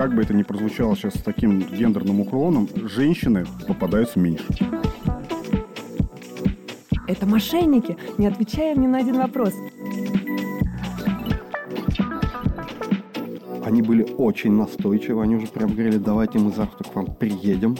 как бы это ни прозвучало сейчас с таким гендерным уклоном, женщины попадаются меньше. Это мошенники, не отвечаем ни на один вопрос. Они были очень настойчивы, они уже прям говорили, давайте мы завтра к вам приедем.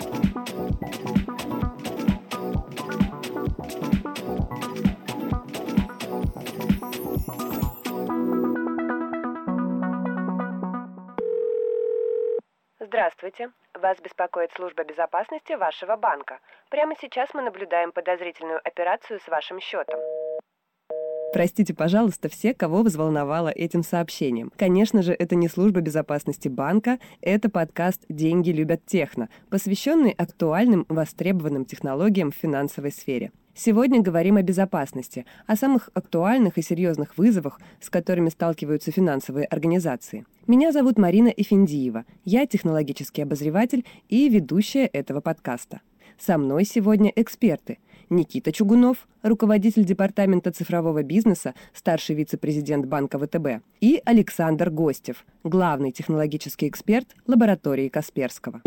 Здравствуйте. Вас беспокоит служба безопасности вашего банка. Прямо сейчас мы наблюдаем подозрительную операцию с вашим счетом. Простите, пожалуйста, все, кого взволновало этим сообщением. Конечно же, это не служба безопасности банка, это подкаст «Деньги любят техно», посвященный актуальным, востребованным технологиям в финансовой сфере. Сегодня говорим о безопасности, о самых актуальных и серьезных вызовах, с которыми сталкиваются финансовые организации. Меня зовут Марина Эфендиева, я технологический обозреватель и ведущая этого подкаста. Со мной сегодня эксперты. Никита Чугунов, руководитель департамента цифрового бизнеса, старший вице-президент банка ВТБ, и Александр Гостев, главный технологический эксперт лаборатории Касперского.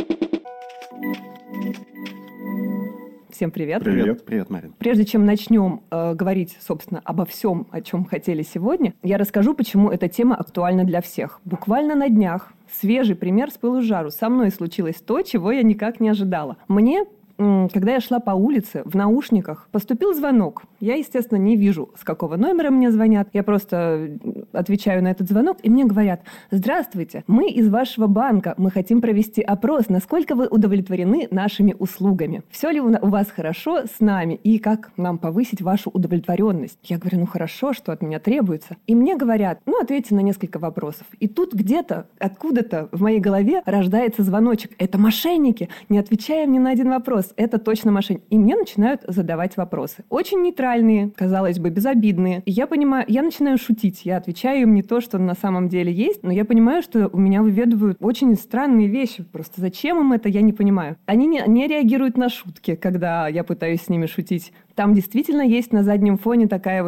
Всем привет. Привет, Марин. Прежде чем начнем говорить, собственно, обо всем, о чем хотели сегодня, я расскажу, почему эта тема актуальна для всех. Буквально на днях, свежий пример с пылу с жару, со мной случилось то, чего я никак не ожидала. Когда я шла по улице, в наушниках поступил звонок. Я, естественно, не вижу, с какого номера мне звонят. Я просто отвечаю на этот звонок, и мне говорят: «Здравствуйте, мы из вашего банка. Мы хотим провести опрос, насколько вы удовлетворены нашими услугами. Все ли у вас хорошо с нами и как нам повысить вашу удовлетворенность?» Я говорю: хорошо, что от меня требуется. И мне говорят: ответьте на несколько вопросов. И тут где-то, откуда-то в моей голове рождается звоночек. Это мошенники, не отвечаем ни на один вопрос. Это точно мошенники. И мне начинают задавать вопросы. Очень нейтральные, казалось бы, безобидные. И я понимаю, я начинаю шутить. Я отвечаю им не то, что на самом деле есть, но я понимаю, что у меня выведывают очень странные вещи. Просто зачем им это, я не понимаю. Они не реагируют на шутки, когда я пытаюсь с ними шутить. Там действительно есть на заднем фоне такая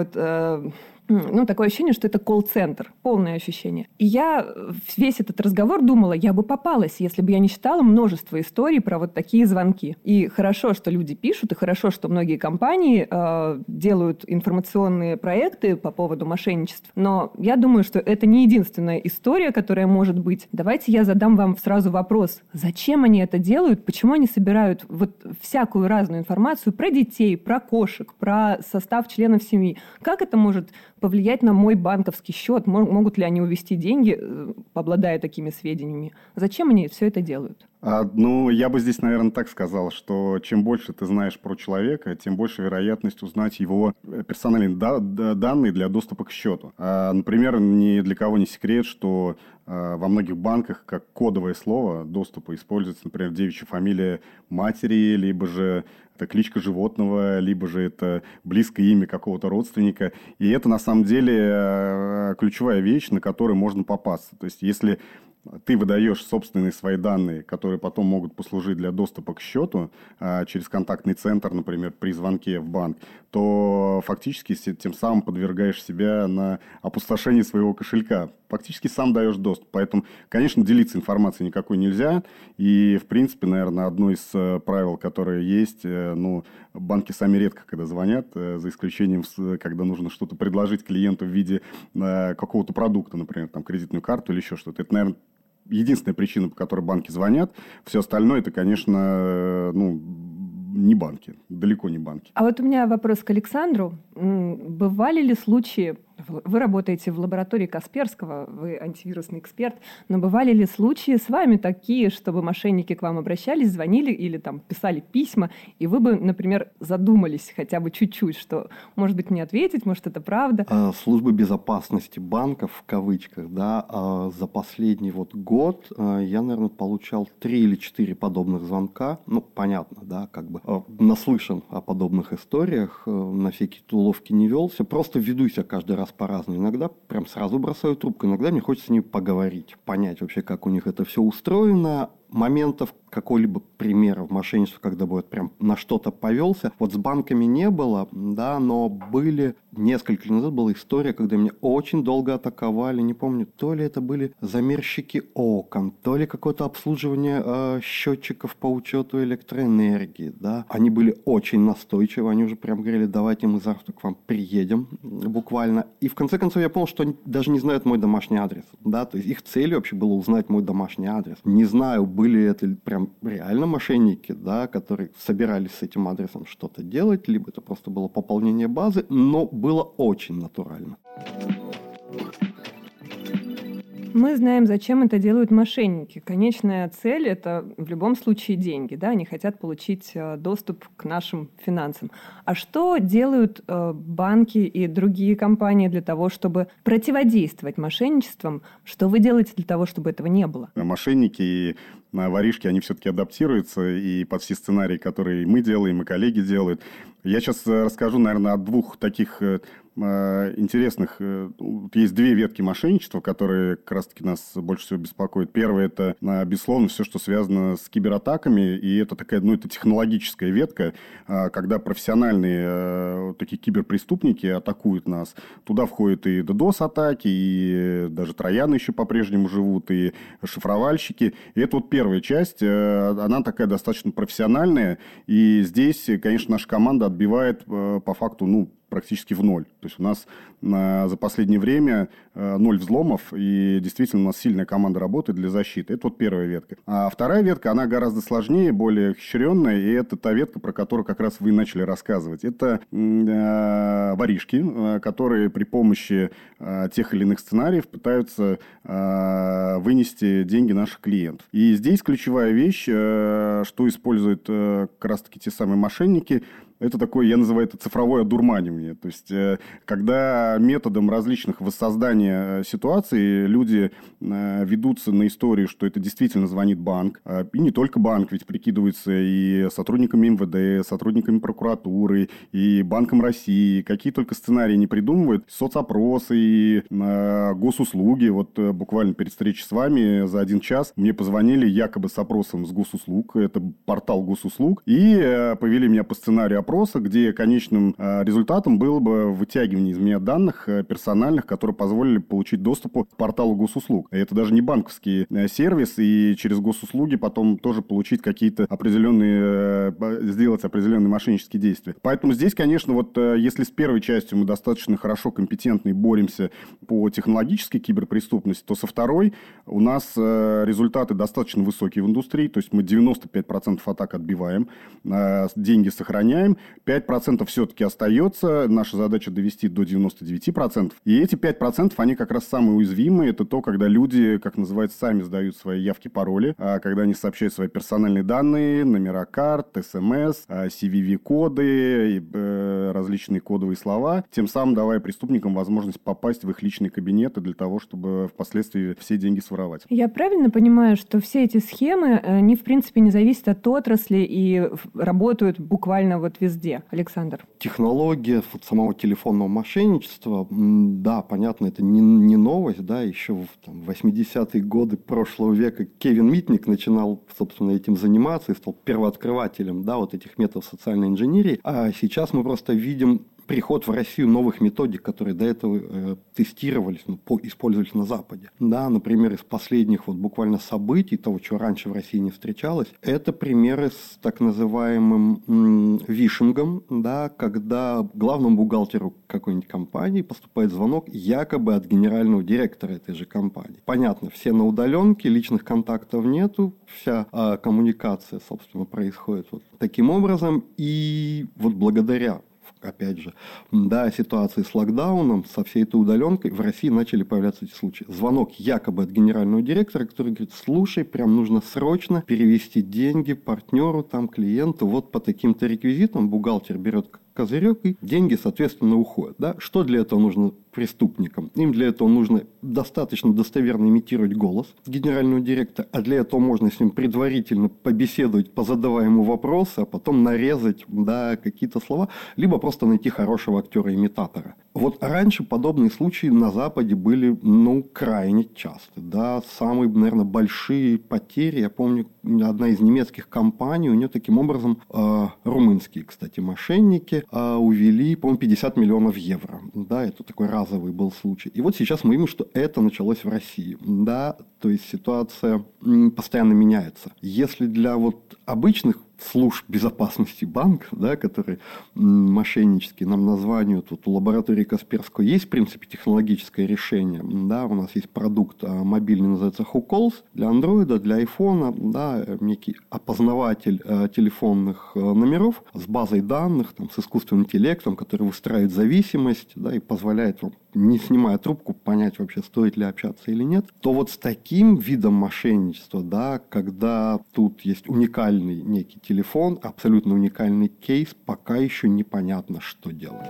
такое ощущение, что это колл-центр. Полное ощущение. И я весь этот разговор думала, я бы попалась, если бы я не читала множество историй про вот такие звонки. И хорошо, что люди пишут, и хорошо, что многие компании делают информационные проекты по поводу мошенничеств. Но я думаю, что это не единственная история, которая может быть. Давайте я задам вам сразу вопрос. Зачем они это делают? Почему они собирают всякую разную информацию про детей, про кошек, про состав членов семьи? Как это может повлиять на мой банковский счет? Могут ли они увести деньги, обладая такими сведениями? Зачем они все это делают? Я бы здесь, наверное, так сказал, что чем больше ты знаешь про человека, тем больше вероятность узнать его персональные данные для доступа к счету. Например, ни для кого не секрет, что во многих банках как кодовое слово доступа используется, например, девичья фамилия матери, либо же это кличка животного, либо же это близкое имя какого-то родственника. И это, на самом деле, ключевая вещь, на которую можно попасться. То есть, если ты выдаешь собственные свои данные, которые потом могут послужить для доступа к счету через контактный центр, например, при звонке в банк, то фактически тем самым подвергаешь себя на опустошение своего кошелька. Фактически сам даешь доступ. Поэтому, конечно, делиться информацией никакой нельзя. И, в принципе, наверное, одно из правил, которые есть, банки сами редко когда звонят, за исключением, когда нужно что-то предложить клиенту в виде какого-то продукта, например, там, кредитную карту или еще что-то. Это, наверное, единственная причина, по которой банки звонят. Все остальное, это, конечно, не банки, далеко не банки. А вот у меня вопрос к Александру. Бывали ли случаи, вы работаете в лаборатории Касперского, вы антивирусный эксперт, но бывали ли случаи с вами такие, чтобы мошенники к вам обращались, звонили или там писали письма, и вы бы, например, задумались хотя бы чуть-чуть, что, может быть, мне ответить, может, это правда? Службы безопасности банков, в кавычках, за последний год я, наверное, получал 3 или 4 подобных звонка. Понятно, наслышан о подобных историях, на всякие уловки не велся, просто веду себя каждый раз по-разному. Иногда прям сразу бросаю трубку, иногда мне хочется с ними поговорить, понять вообще, как у них это все устроено. моментов какой-либо примера в мошенничестве, когда бы вот прям на что-то повелся, вот с банками не было, да, но были несколько лет назад была история, когда меня очень долго атаковали, не помню, то ли это были замерщики окон, то ли какое-то обслуживание счетчиков по учету электроэнергии, да. Они были очень настойчивы, они уже прям говорили, давайте мы завтра к вам приедем, буквально. И в конце концов я понял, что они даже не знают мой домашний адрес, да, то есть их целью вообще было узнать мой домашний адрес. Не знаю, были это прям реально мошенники, да, которые собирались с этим адресом что-то делать, либо это просто было пополнение базы, но было очень натурально. Мы знаем, зачем это делают мошенники. Конечная цель – это в любом случае деньги. Да? Они хотят получить доступ к нашим финансам. А что делают банки и другие компании для того, чтобы противодействовать мошенничествам? Что вы делаете для того, чтобы этого не было? Мошенники и воришки, они все-таки адаптируются и под все сценарии, которые мы делаем, и коллеги делают. Я сейчас расскажу, наверное, о двух таких интересных. Есть две ветки мошенничества, которые как раз-таки нас больше всего беспокоят. Первое – это, безусловно, все, что связано с кибератаками. И это такая, это технологическая ветка, когда профессиональные такие киберпреступники атакуют нас. Туда входят и DDoS-атаки, и даже трояны еще по-прежнему живут, и шифровальщики. И это вот первая часть. Она такая достаточно профессиональная. И здесь, конечно, наша команда отбивает по факту, практически в ноль. То есть у нас за последнее время 0 взломов, и действительно у нас сильная команда работает для защиты. Это вот первая ветка. А вторая ветка, она гораздо сложнее, более хищренная, и это та ветка, про которую как раз вы начали рассказывать. Это воришки, которые при помощи тех или иных сценариев пытаются вынести деньги наших клиентов. И здесь ключевая вещь, что используют как раз-таки те самые мошенники, это такое, я называю это цифровое одурманивание. То есть, когда методом различных воссоздания ситуаций люди ведутся на историю, что это действительно звонит банк, и не только банк, ведь прикидываются и сотрудниками МВД, сотрудниками прокуратуры, и Банком России, какие только сценарии не придумывают, соцопросы и госуслуги. Вот буквально перед встречей с вами за 1 час мне позвонили якобы с опросом с госуслуг, это портал госуслуг, и повели меня по сценарию опроса, где конечным результатом было бы вытягивание из меня данных персональных, которые позволили получить доступ к порталу госуслуг. И это даже не банковский сервис, и через госуслуги потом тоже получить какие-то определенные, сделать определенные мошеннические действия. Поэтому здесь, конечно, вот если с первой частью мы достаточно хорошо, компетентно и боремся по технологической киберпреступности, то со второй у нас результаты достаточно высокие в индустрии, то есть мы 95% атак отбиваем, деньги сохраняем, 5% все-таки остается. Наша задача довести до 99%. И эти 5%, они как раз самые уязвимые. Это то, когда люди, как называется, сами сдают свои явки, пароли, когда они сообщают свои персональные данные, номера карт, СМС, CVV-коды, различные кодовые слова, тем самым давая преступникам возможность попасть в их личные кабинеты для того, чтобы впоследствии все деньги своровать. Я правильно понимаю, что все эти схемы, они, в принципе, не зависят от отрасли и работают буквально вот везде? Александр. Технология самого телефонного мошенничества, да, понятно, это не новость, да, еще в 80-е годы прошлого века Кевин Митник начинал, собственно, этим заниматься и стал первооткрывателем, да, вот этих методов социальной инженерии, а сейчас мы просто видим приход в Россию новых методик, которые до этого тестировались, использовались на Западе. Да, например, из последних вот буквально событий, того, чего раньше в России не встречалось, это примеры с так называемым вишингом, да, когда главному бухгалтеру какой-нибудь компании поступает звонок якобы от генерального директора этой же компании. Понятно, все на удаленке, личных контактов нету, вся коммуникация, собственно, происходит вот таким образом, и вот благодаря опять же, да, ситуации с локдауном, со всей этой удаленкой, в России начали появляться эти случаи. Звонок якобы от генерального директора, который говорит, слушай, прям нужно срочно перевести деньги партнеру, там, клиенту, вот по таким-то реквизитам бухгалтер берет козырек, и деньги, соответственно, уходят. Да? Что для этого нужно преступникам? Им для этого нужно достаточно достоверно имитировать голос генерального директора, а для этого можно с ним предварительно побеседовать, позадавая ему вопросы, а потом нарезать, да, какие-то слова, либо просто найти хорошего актера-имитатора. Вот раньше подобные случаи на Западе были, крайне часто. Да. Самые, наверное, большие потери, я помню, одна из немецких компаний, у нее таким образом румынские, кстати, мошенники увели, по-моему, 50 миллионов евро. Да, это такой разовый был случай. И вот сейчас мы видим, что это началось в России. Да, то есть ситуация постоянно меняется. Если для вот обычных служб безопасности банк, да, которые мошеннические, нам названивают, вот у лаборатории Касперского есть, в принципе, технологическое решение. Да, у нас есть продукт мобильный, называется WhoCalls, для Android, для iPhone, да, некий опознаватель телефонных номеров с базой данных, там, с искусственным интеллектом, который выстраивает зависимость, да, и позволяет вам, не снимая трубку, понять вообще, стоит ли общаться или нет. То вот с таким видом мошенничества, да, когда тут есть уникальный некий телефон, абсолютно уникальный кейс, пока еще непонятно, что делать.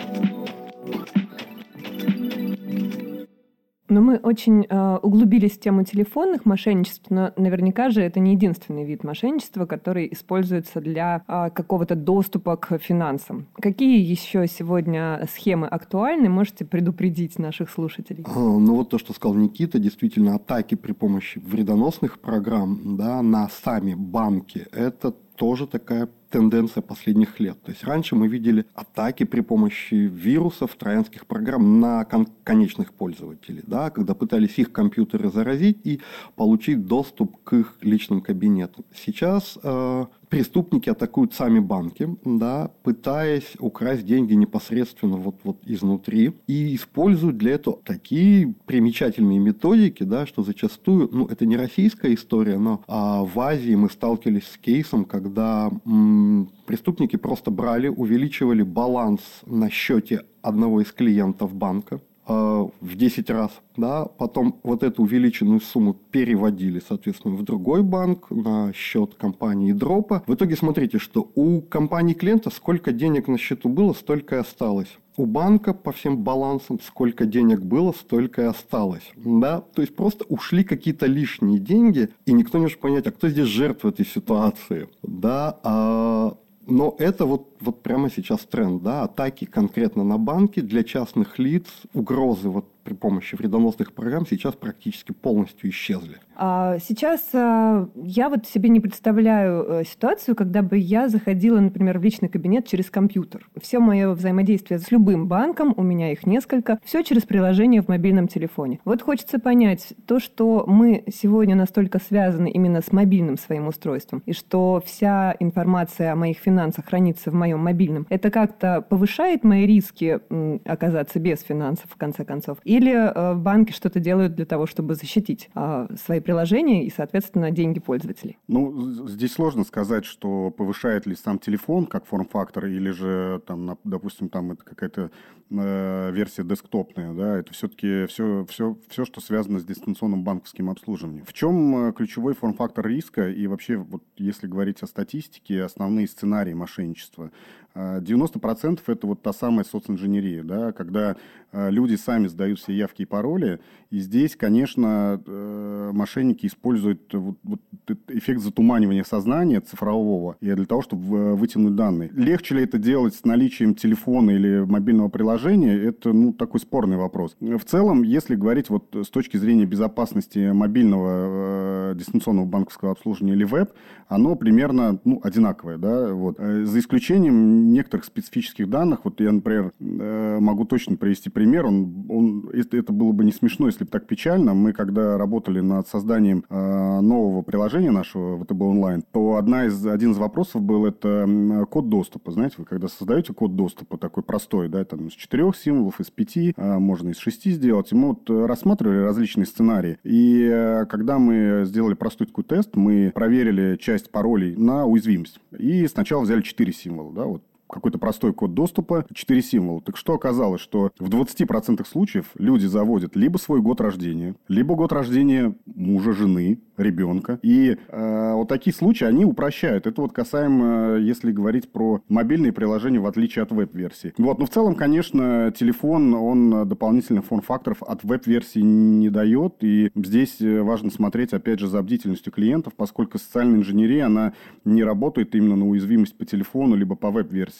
Но мы очень углубились в тему телефонных мошенничеств, но наверняка же это не единственный вид мошенничества, который используется для какого-то доступа к финансам. Какие еще сегодня схемы актуальны? Можете предупредить наших слушателей? Вот то, что сказал Никита, действительно, атаки при помощи вредоносных программ, да, на сами банки, это тоже такая тенденция последних лет. То есть раньше мы видели атаки при помощи вирусов, троянских программ на конечных пользователей, да, когда пытались их компьютеры заразить и получить доступ к их личным кабинетам. Сейчас преступники атакуют сами банки, да, пытаясь украсть деньги непосредственно вот изнутри, и используют для этого такие примечательные методики, да, что зачастую, это не российская история, но в Азии мы сталкивались с кейсом, когда преступники просто брали, увеличивали баланс на счете одного из клиентов банка в 10 раз, да, потом вот эту увеличенную сумму переводили, соответственно, в другой банк на счет компании Дропа. В итоге смотрите, что у компании клиента сколько денег на счету было, столько и осталось. У банка по всем балансам сколько денег было, столько и осталось. Да? То есть просто ушли какие-то лишние деньги, и никто не может понять, а кто здесь жертва этой ситуации. Да? Но это вот прямо сейчас тренд, да, атаки конкретно на банки для частных лиц, угрозы при помощи вредоносных программ сейчас практически полностью исчезли. Сейчас я вот себе не представляю ситуацию, когда бы я заходила, например, в личный кабинет через компьютер. Все мое взаимодействие с любым банком, у меня их несколько, все через приложение в мобильном телефоне. Вот хочется понять, то, что мы сегодня настолько связаны именно с мобильным своим устройством, и что вся информация о моих финансах хранится в моем мобильном, это как-то повышает мои риски оказаться без финансов, в конце концов? Или банки что-то делают для того, чтобы защитить свои приложения и, соответственно, деньги пользователей? Здесь сложно сказать, что повышает ли сам телефон как форм-фактор, или же, там, допустим, там это какая-то версия десктопная. Да? Это все-таки все, что связано с дистанционным банковским обслуживанием. В чем ключевой форм-фактор риска? И вообще, вот, если говорить о статистике, основные сценарии мошенничества. 90% это вот та самая социнженерия, да, когда люди сами сдают все явки и пароли, и здесь, конечно, мошенники используют эффект затуманивания сознания цифрового и для того, чтобы вытянуть данные. Легче ли это делать с наличием телефона или мобильного приложения, это такой спорный вопрос. В целом, если говорить вот с точки зрения безопасности мобильного дистанционного банковского обслуживания или веб, оно примерно одинаковое, да, вот. За исключением некоторых специфических данных. Вот я, например, могу точно привести пример. Это было бы не смешно, если бы так печально. Мы, когда работали над созданием нового приложения нашего ВТБ онлайн, то один из вопросов был это код доступа. Знаете, вы когда создаете код доступа такой простой, да, там из 4 символов, из 5, можно из 6 сделать. И мы рассматривали различные сценарии. И когда мы сделали простой такой тест, мы проверили часть паролей на уязвимость. И сначала взяли 4 символа, да, вот. Какой-то простой код доступа, 4 символа. Так что оказалось, что в 20% случаев люди заводят либо свой год рождения, либо год рождения мужа, жены, ребенка. И вот такие случаи, они упрощают. Это вот касаемо, если говорить про мобильные приложения, в отличие от веб-версии. Вот. Но в целом, конечно, телефон, он дополнительных форм-факторов от веб-версии не дает. И здесь важно смотреть, опять же, за бдительностью клиентов, поскольку социальная инженерия, она не работает именно на уязвимость по телефону, либо по веб-версии.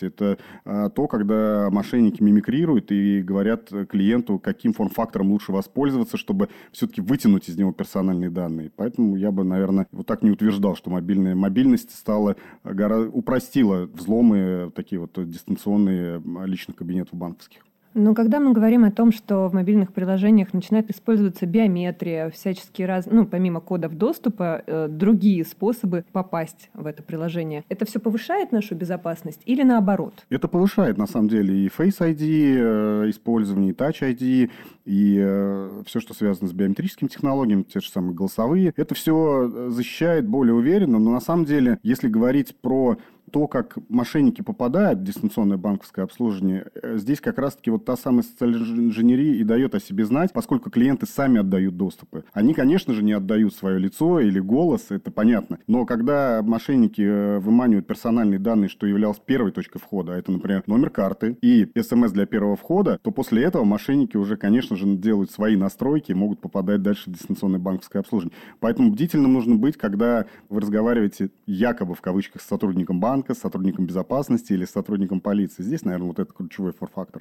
говорите. Это то, когда мошенники мимикрируют и говорят клиенту, каким форм-фактором лучше воспользоваться, чтобы все-таки вытянуть из него персональные данные. Поэтому я бы, наверное, вот так не утверждал, что мобильность упростила взломы такие вот дистанционные личных кабинетов банковских. Но когда мы говорим о том, что в мобильных приложениях начинает использоваться биометрия, всяческие помимо кодов доступа, другие способы попасть в это приложение, это все повышает нашу безопасность или наоборот? Это повышает, на самом деле, и Face ID использование, и Touch ID, и все, что связано с биометрическими технологиями, те же самые голосовые. Это все защищает более уверенно, но на самом деле, если говорить про то, как мошенники попадают в дистанционное банковское обслуживание, здесь как раз-таки вот та самая социальная инженерия и дает о себе знать, поскольку клиенты сами отдают доступы. Они, конечно же, не отдают свое лицо или голос, это понятно. Но когда мошенники выманивают персональные данные, что являлось первой точкой входа, а это, например, номер карты и СМС для первого входа, то после этого мошенники уже, конечно же, делают свои настройки и могут попадать дальше в дистанционное банковское обслуживание. Поэтому бдительным нужно быть, когда вы разговариваете якобы в кавычках с сотрудником банка, с сотрудником безопасности или с сотрудником полиции. Здесь, наверное, вот это ключевой фор-фактор.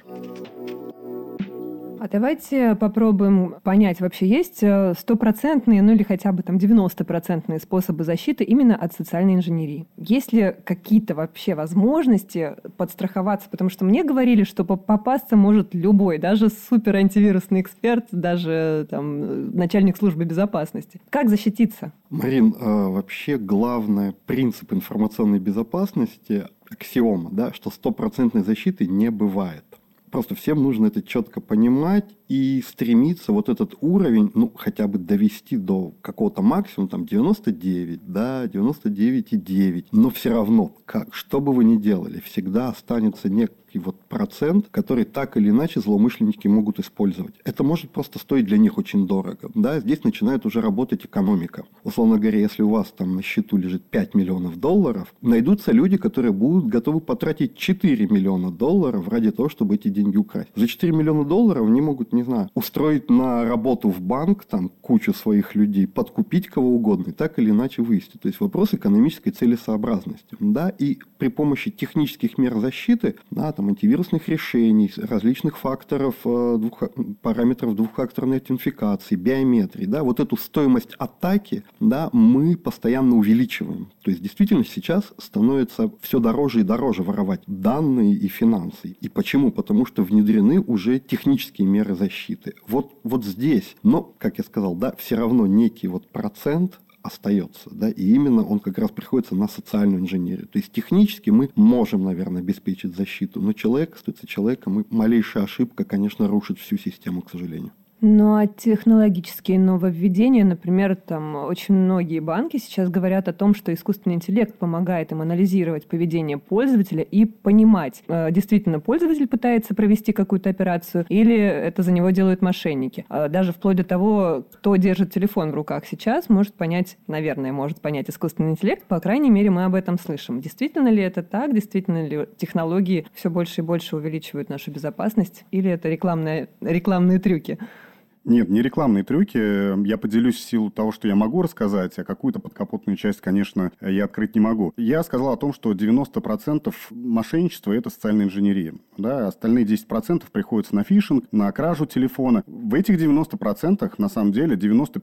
А давайте попробуем понять, вообще есть стопроцентные, или хотя бы 90% способы защиты именно от социальной инженерии. Есть ли какие-то вообще возможности подстраховаться? Потому что мне говорили, что попасться может любой, даже суперантивирусный эксперт, даже начальник службы безопасности. Как защититься? Марин, вообще главный принцип информационной безопасности, аксиома, что стопроцентной защиты не бывает. Просто всем нужно это четко понимать и стремиться вот этот уровень, хотя бы довести до какого-то максимума, 99, 99,9. Но все равно, что бы вы ни делали, всегда останется некий процент, который так или иначе злоумышленники могут использовать. Это может просто стоить для них очень дорого. Здесь начинает уже работать экономика. Условно говоря, если у вас на счету лежит $5 миллионов, найдутся люди, которые будут готовы потратить $4 миллиона ради того, чтобы эти деньги украсть. За $4 миллиона они могут, устроить на работу в банк кучу своих людей, подкупить кого угодно и так или иначе вывести. То есть вопрос экономической целесообразности. И при помощи технических мер защиты, антивирусных решений, различных факторов, параметров двухфакторной аутентификации, биометрии, вот эту стоимость атаки, мы постоянно увеличиваем. То есть действительно сейчас становится все дороже и дороже воровать данные и финансы. И почему? Потому что внедрены уже технические меры защиты. Вот здесь, но, как я сказал, все равно некий процент остается, и именно он как раз приходится на социальную инженерию. То есть технически мы можем, наверное, обеспечить защиту, но человек остается человеком, и малейшая ошибка, конечно, рушит всю систему, к сожалению. Ну, а технологические нововведения, например, очень многие банки сейчас говорят о том, что искусственный интеллект помогает им анализировать поведение пользователя и понимать, действительно пользователь пытается провести какую-то операцию или это за него делают мошенники. Даже вплоть до того, кто держит телефон в руках сейчас, может понять искусственный интеллект. По крайней мере, мы об этом слышим. Действительно ли это так? Действительно ли технологии все больше и больше увеличивают нашу безопасность? Или это рекламные трюки? Нет, не рекламные трюки. Я поделюсь в силу того, что я могу рассказать, а какую-то подкапотную часть, конечно, я открыть не могу. Я сказал о том, что 90% мошенничества – это социальная инженерия. Остальные 10% приходится на фишинг, на кражу телефона. В этих 90% на самом деле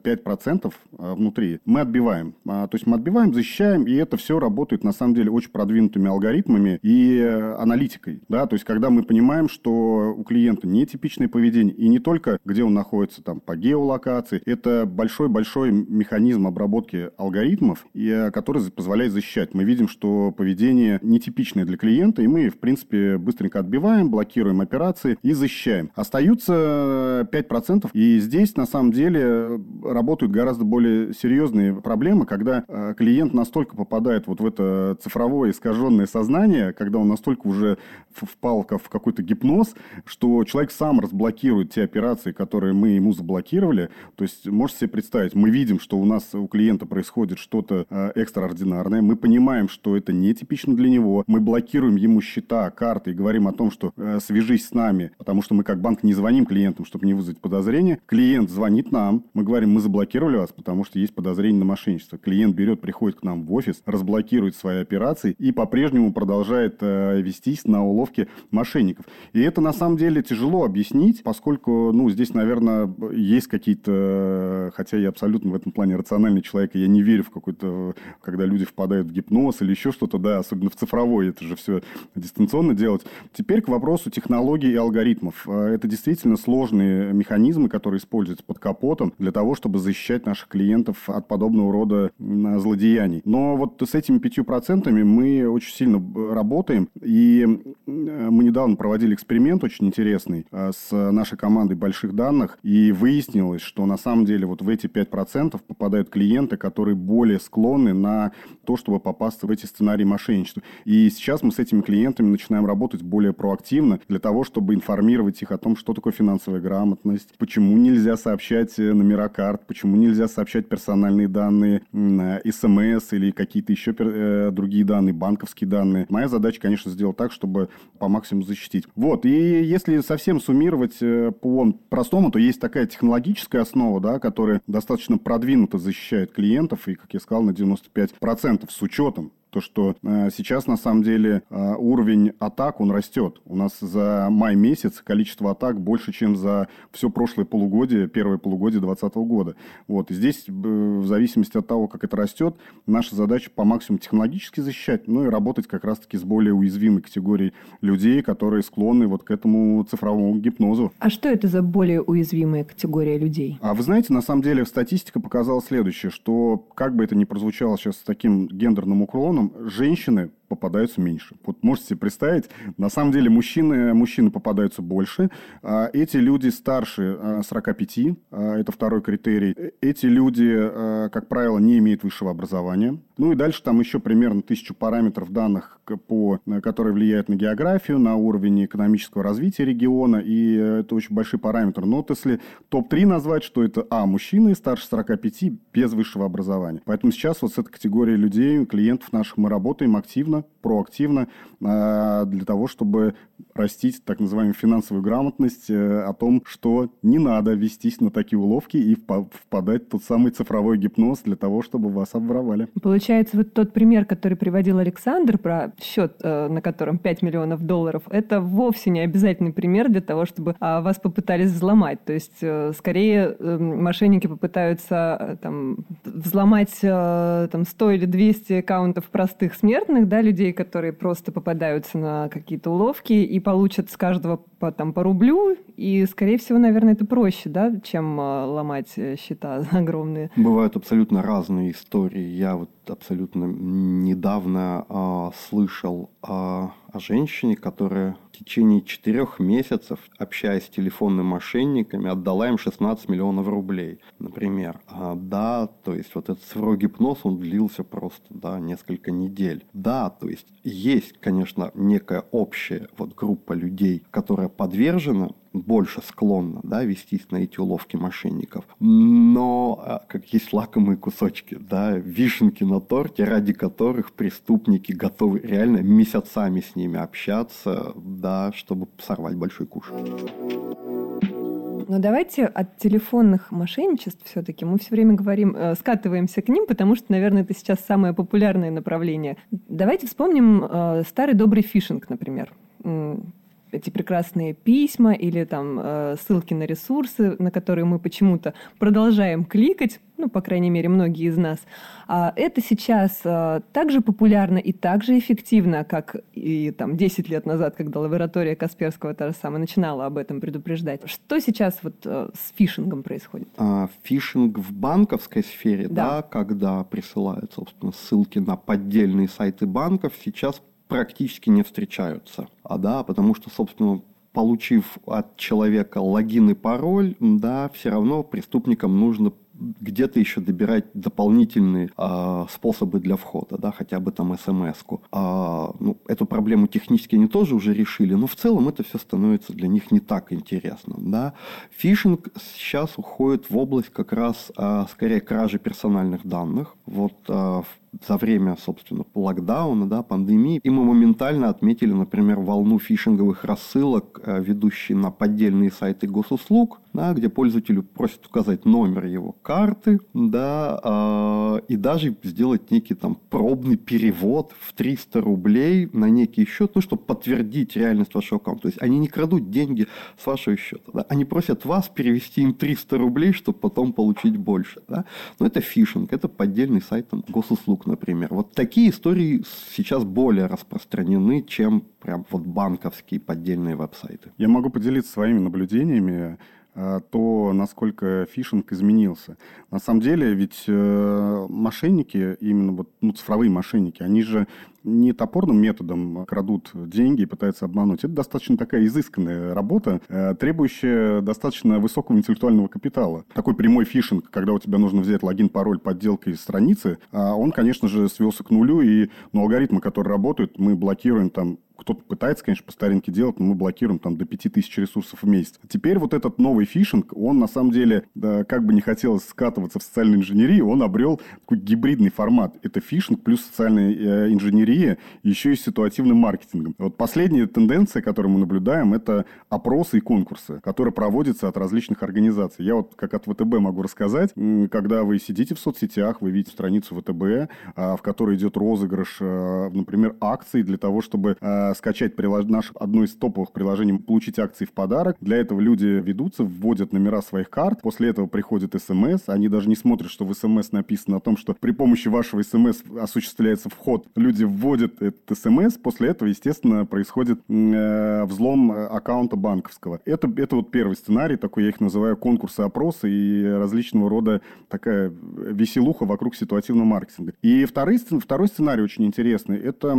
95% внутри мы отбиваем. То есть мы отбиваем, защищаем, и это все работает на самом деле очень продвинутыми алгоритмами и аналитикой. То есть когда мы понимаем, что у клиента нетипичное поведение, и не только где он находится, по геолокации. Это большой-большой механизм обработки алгоритмов, который позволяет защищать. Мы видим, что поведение нетипичное для клиента, и мы, в принципе, быстренько отбиваем, блокируем операции и защищаем. Остаются 5%, и здесь, на самом деле, работают гораздо более серьезные проблемы, когда клиент настолько попадает в это цифровое искаженное сознание, когда он настолько уже впал в какой-то гипноз, что человек сам разблокирует те операции, которые мы ему заблокировали. То есть, можете себе представить, мы видим, что у клиента происходит что-то экстраординарное, мы понимаем, что это нетипично для него, мы блокируем ему счета, карты и говорим о том, что свяжись с нами, потому что мы как банк не звоним клиентам, чтобы не вызвать подозрение, клиент звонит нам, мы говорим, мы заблокировали вас, потому что есть подозрение на мошенничество. Клиент приходит к нам в офис, разблокирует свои операции и по-прежнему продолжает вестись на уловки мошенников. И это на самом деле тяжело объяснить, поскольку, здесь, наверное, есть какие-то, хотя я абсолютно в этом плане рациональный человек, и я не верю в какой-то, когда люди впадают в гипноз или еще что-то, да, особенно в цифровой, это же все дистанционно делать. Теперь к вопросу технологий и алгоритмов. Это действительно сложные механизмы, которые используются под капотом для того, чтобы защищать наших клиентов от подобного рода злодеяний. Но вот с этими 5% мы очень сильно работаем, и мы недавно проводили эксперимент очень интересный с нашей командой больших данных, и выяснилось, что на самом деле вот в эти 5% попадают клиенты, которые более склонны на то, чтобы попасться в эти сценарии мошенничества. И сейчас мы с этими клиентами начинаем работать более проактивно для того, чтобы информировать их о том, что такое финансовая грамотность, почему нельзя сообщать номера карт, почему нельзя сообщать персональные данные, СМС или какие-то еще другие данные, банковские данные. Моя задача, конечно, сделать так, чтобы по максимуму защитить. Вот. И если совсем суммировать по-простому, то есть такая технологическая основа, да, которая достаточно продвинуто защищает клиентов, и, как я сказал, на 95% с учетом то, что сейчас, на самом деле, уровень атак, он растет. У нас за май месяц количество атак больше, чем за все прошлое полугодие, первое полугодие 2020 года. Вот. И здесь, в зависимости от того, как это растет, наша задача по максимуму технологически защищать, и работать как раз-таки с более уязвимой категорией людей, которые склонны вот к этому цифровому гипнозу. А что это за более уязвимая категория людей? А вы знаете, на самом деле, статистика показала следующее, что, как бы это ни прозвучало сейчас с таким гендерным уклоном, женщины попадаются меньше. Вот можете себе представить, на самом деле мужчины попадаются больше. Эти люди старше 45, это второй критерий. Эти люди, как правило, не имеют высшего образования. И дальше там еще примерно 1000 параметров данных, которые влияют на географию, на уровень экономического развития региона, и это очень большой параметр. Но вот если топ-3 назвать, что это мужчины старше 45 без высшего образования. Поэтому сейчас вот с этой категорией людей, клиентов наших, мы работаем активно, проактивно для того, чтобы растить так называемую финансовую грамотность о том, что не надо вестись на такие уловки и впадать в тот самый цифровой гипноз для того, чтобы вас обворовали. Получается, вот тот пример, который приводил Александр про счет, на котором $5 миллионов, это вовсе не обязательный пример для того, чтобы вас попытались взломать. То есть, скорее, мошенники попытаются взломать 100 или 200 аккаунтов простых смертных, да, людей, которые просто попадаются на какие-то уловки и получат с каждого по рублю. И, скорее всего, наверное, это проще, да, чем ломать счета огромные. Бывают абсолютно разные истории. Я вот абсолютно недавно слышал о женщине, которая в течение 4 месяцев, общаясь с телефонными мошенниками, отдала им 16 миллионов рублей, например. Да, то есть вот этот цифровой гипноз, он длился просто, несколько недель. Да, то есть есть, конечно, некая общая группа людей, которая подвержена, больше склонна, вестись на эти уловки мошенников. Но, как есть лакомые кусочки, вишенки на торте, ради которых преступники готовы реально месяцами с ними общаться, чтобы сорвать большой куш. Но давайте от телефонных мошенничеств все-таки мы все время говорим, скатываемся к ним, потому что, наверное, это сейчас самое популярное направление. Давайте вспомним старый добрый фишинг, например. Эти прекрасные письма или ссылки на ресурсы, на которые мы почему-то продолжаем кликать, по крайней мере, многие из нас. Это сейчас так же популярно и так же эффективно, как и 10 лет назад, когда лаборатория Касперского та же самая начинала об этом предупреждать. Что сейчас с фишингом происходит? Фишинг в банковской сфере, когда присылают, собственно, ссылки на поддельные сайты банков, сейчас практически не встречаются. Потому что, собственно, получив от человека логин и пароль, все равно преступникам нужно где-то еще добирать дополнительные способы для входа, хотя бы смс-ку. Эту проблему технически они тоже уже решили, но в целом это все становится для них не так интересно. Фишинг сейчас уходит в область как раз скорее кражи персональных данных. за время, собственно, локдауна, да, пандемии. И мы моментально отметили, например, волну фишинговых рассылок, ведущие на поддельные сайты госуслуг, да, где пользователю просят указать номер его карты, да, и даже сделать некий там пробный перевод в 300 рублей на некий счет, ну, чтобы подтвердить реальность вашего аккаунта. То есть они не крадут деньги с вашего счета. Да? Они просят вас перевести им 300 рублей, чтобы потом получить больше. Да? Но это фишинг, это поддельный сайт там, госуслуг, например. Вот такие истории сейчас более распространены, чем прям вот банковские поддельные веб-сайты. Я могу поделиться своими наблюдениями, то, насколько фишинг изменился. На самом деле, ведь мошенники, именно вот, цифровые мошенники, они же не топорным методом крадут деньги и пытаются обмануть. Это достаточно такая изысканная работа, требующая достаточно высокого интеллектуального капитала. Такой прямой фишинг, когда у тебя нужно взять логин, пароль, подделка из страницы, он, конечно же, свелся к нулю, и алгоритмы, которые работают, мы блокируем там. Кто-то пытается, конечно, по старинке делать, но мы блокируем там до 5000 ресурсов в месяц. Теперь вот этот новый фишинг, он на самом деле, да, как бы не хотелось скатываться в социальную инженерию, он обрел такой гибридный формат. Это фишинг плюс социальная инженерия, еще и с ситуативным маркетингом. Вот последняя тенденция, которую мы наблюдаем, это опросы и конкурсы, которые проводятся от различных организаций. Я вот как от ВТБ могу рассказать, когда вы сидите в соцсетях, вы видите страницу ВТБ, в которой идет розыгрыш, например, акций для того, чтобы скачать одно из топовых приложений, получить акции в подарок. Для этого люди ведутся, вводят номера своих карт. После этого приходит СМС. Они даже не смотрят, что в СМС написано о том, что при помощи вашего СМС осуществляется вход. Люди вводят этот СМС. После этого, естественно, происходит взлом аккаунта банковского. Это вот первый сценарий, такой я их называю конкурсы, опросы и различного рода такая веселуха вокруг ситуативного маркетинга. И второй сценарий очень интересный. Это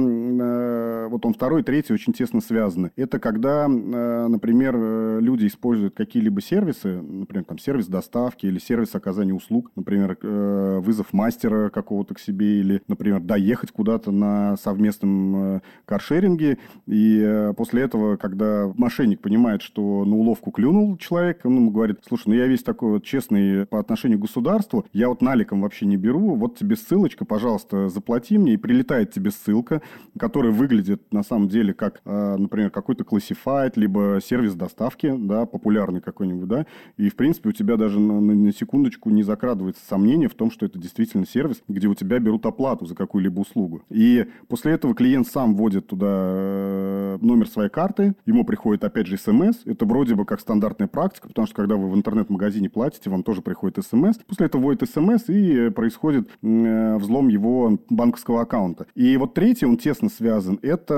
вот он второй, третий очень тесно связаны. Это когда, например, люди используют какие-либо сервисы, например, там, сервис доставки или сервис оказания услуг, например, вызов мастера какого-то к себе или, например, доехать куда-то на совместном каршеринге. И после этого, когда мошенник понимает, что на уловку клюнул человек, он ему говорит: слушай, я весь такой вот честный по отношению к государству, я вот наликом вообще не беру, вот тебе ссылочка, пожалуйста, заплати мне, и прилетает тебе ссылка, которая выглядит на самом деле как, например, какой-то Classified, либо сервис доставки, да, популярный какой-нибудь, да, и, в принципе, у тебя даже на секундочку не закрадывается сомнение в том, что это действительно сервис, где у тебя берут оплату за какую-либо услугу. И после этого клиент сам вводит туда номер своей карты, ему приходит, опять же, СМС, это вроде бы как стандартная практика, потому что, когда вы в интернет-магазине платите, вам тоже приходит СМС, после этого вводит СМС, и происходит взлом его банковского аккаунта. И вот третий, он тесно связан,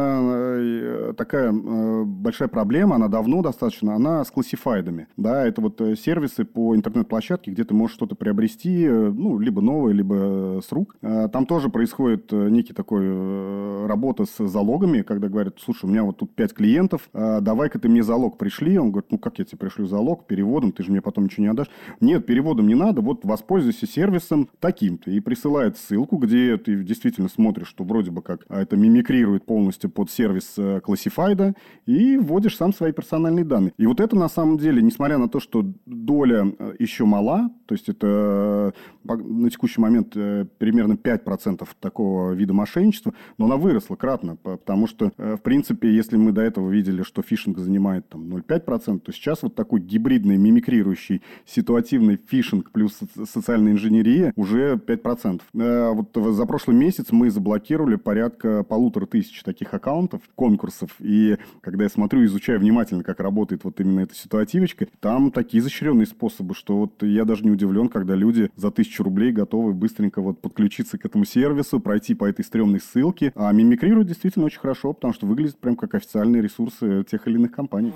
это такая большая проблема, она давно достаточно, она с классифайдами. Да, это вот сервисы по интернет-площадке, где ты можешь что-то приобрести, либо новое, либо с рук. Там тоже происходит некий такой работа с залогами, когда говорят: слушай, у меня вот тут 5 клиентов, давай-ка ты мне залог пришли. Он говорит: как я тебе пришлю залог? Переводом, ты же мне потом ничего не отдашь. Нет, переводом не надо, вот воспользуйся сервисом таким-то. И присылает ссылку, где ты действительно смотришь, что вроде бы как это мимикрирует полностью под сервис Classified, и вводишь сам свои персональные данные. И вот это на самом деле, несмотря на то, что доля еще мала, то есть это на текущий момент примерно 5% такого вида мошенничества, но она выросла кратно, потому что, в принципе, если мы до этого видели, что фишинг занимает там 0,5%, то сейчас вот такой гибридный, мимикрирующий, ситуативный фишинг плюс социальная инженерия уже 5%. Вот за прошлый месяц мы заблокировали порядка 1500 таких аккаунтов, конкурсов, и когда я смотрю, изучаю внимательно, как работает вот именно эта ситуативочка, там такие изощренные способы, что вот я даже не удивлен, когда люди за 1000 рублей готовы быстренько вот подключиться к этому сервису, пройти по этой стрёмной ссылке. А мимикрируют действительно очень хорошо, потому что выглядят прям как официальные ресурсы тех или иных компаний.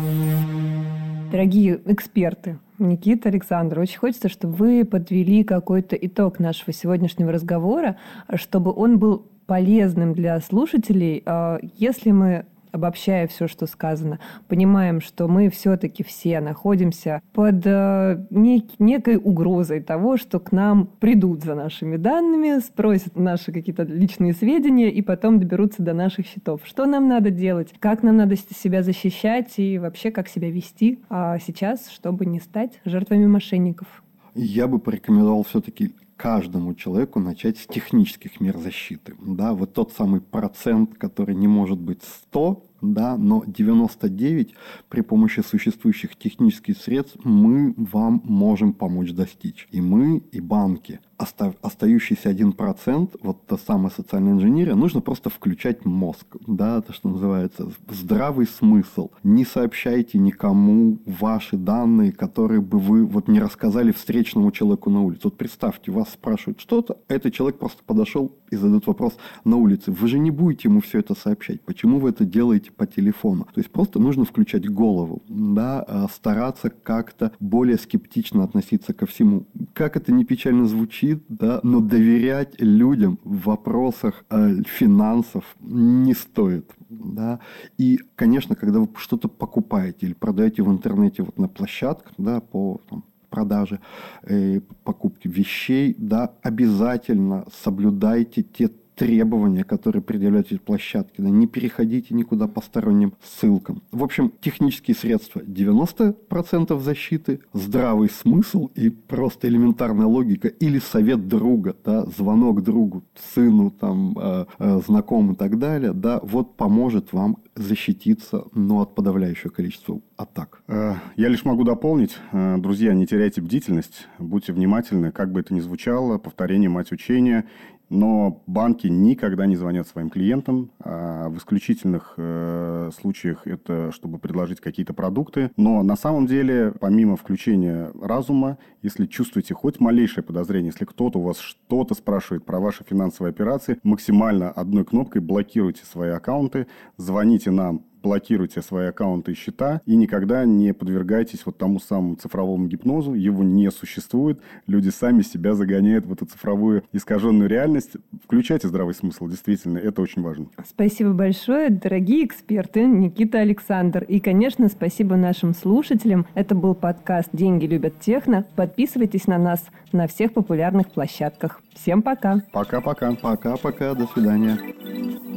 Дорогие эксперты, Никита, Александр, очень хочется, чтобы вы подвели какой-то итог нашего сегодняшнего разговора, чтобы он был полезным для слушателей. Если мы, обобщая все, что сказано, понимаем, что мы все-таки все находимся под некой угрозой того, что к нам придут за нашими данными, спросят наши какие-то личные сведения и потом доберутся до наших счетов. Что нам надо делать? Как нам надо себя защищать и вообще как себя вести сейчас, чтобы не стать жертвами мошенников? Я бы порекомендовал все-таки каждому человеку начать с технических мер защиты. Да, вот тот самый процент, который не может быть 100, да, но 99 при помощи существующих технических средств мы вам можем помочь достичь. И мы, и банки. Остающийся 1%, вот та самая социальная инженерия, нужно просто включать мозг, да, то, что называется, здравый смысл. Не сообщайте никому ваши данные, которые бы вы вот не рассказали встречному человеку на улице. Вот представьте, вас спрашивают что-то, а этот человек просто подошел и задает вопрос на улице. Вы же не будете ему все это сообщать. Почему вы это делаете по телефону? То есть просто нужно включать голову, да, стараться как-то более скептично относиться ко всему. Как это не печально звучит, да, но доверять людям в вопросах финансов не стоит. Да. И, конечно, когда вы что-то покупаете или продаете в интернете вот на площадках, да, по продаже, покупке вещей, да, обязательно соблюдайте те требования, которые предъявляют эти площадки. Да, не переходите никуда посторонним ссылкам. В общем, технические средства 90% защиты, здравый смысл и просто элементарная логика или совет друга, да, звонок другу, сыну, там, знакомым и так далее, да, вот поможет вам защититься, но от подавляющего количества атак. Я лишь могу дополнить. Друзья, не теряйте бдительность, будьте внимательны, как бы это ни звучало, повторение мать учения. Но банки никогда не звонят своим клиентам. В исключительных случаях это чтобы предложить какие-то продукты. Но на самом деле, помимо включения разума, если чувствуете хоть малейшее подозрение, если кто-то у вас что-то спрашивает про ваши финансовые операции, максимально одной кнопкой блокируйте свои аккаунты, звоните нам, блокируйте свои аккаунты и счета и никогда не подвергайтесь вот тому самому цифровому гипнозу. Его не существует. Люди сами себя загоняют в эту цифровую искаженную реальность. Включайте здравый смысл. Действительно, это очень важно. Спасибо большое, дорогие эксперты Никита, Александр. И, конечно, спасибо нашим слушателям. Это был подкаст «Деньги любят техно». Подписывайтесь на нас на всех популярных площадках. Всем пока. Пока-пока. Пока-пока. До свидания.